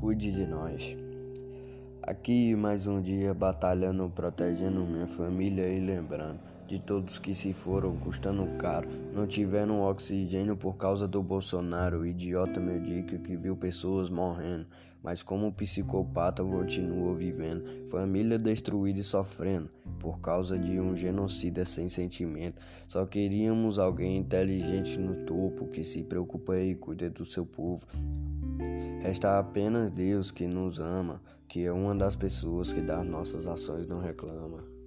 cuide de nós. Aqui mais um dia batalhando, protegendo minha família e lembrando de todos que se foram custando caro, não tiveram oxigênio por causa do Bolsonaro, idiota medíocre que viu pessoas morrendo, mas como psicopata continuou vivendo, família destruída e sofrendo, por causa de um genocida sem sentimento. Só queríamos alguém inteligente no topo, que se preocupa e cuida do seu povo. Resta apenas Deus que nos ama, que é uma das pessoas que das nossas ações não reclama.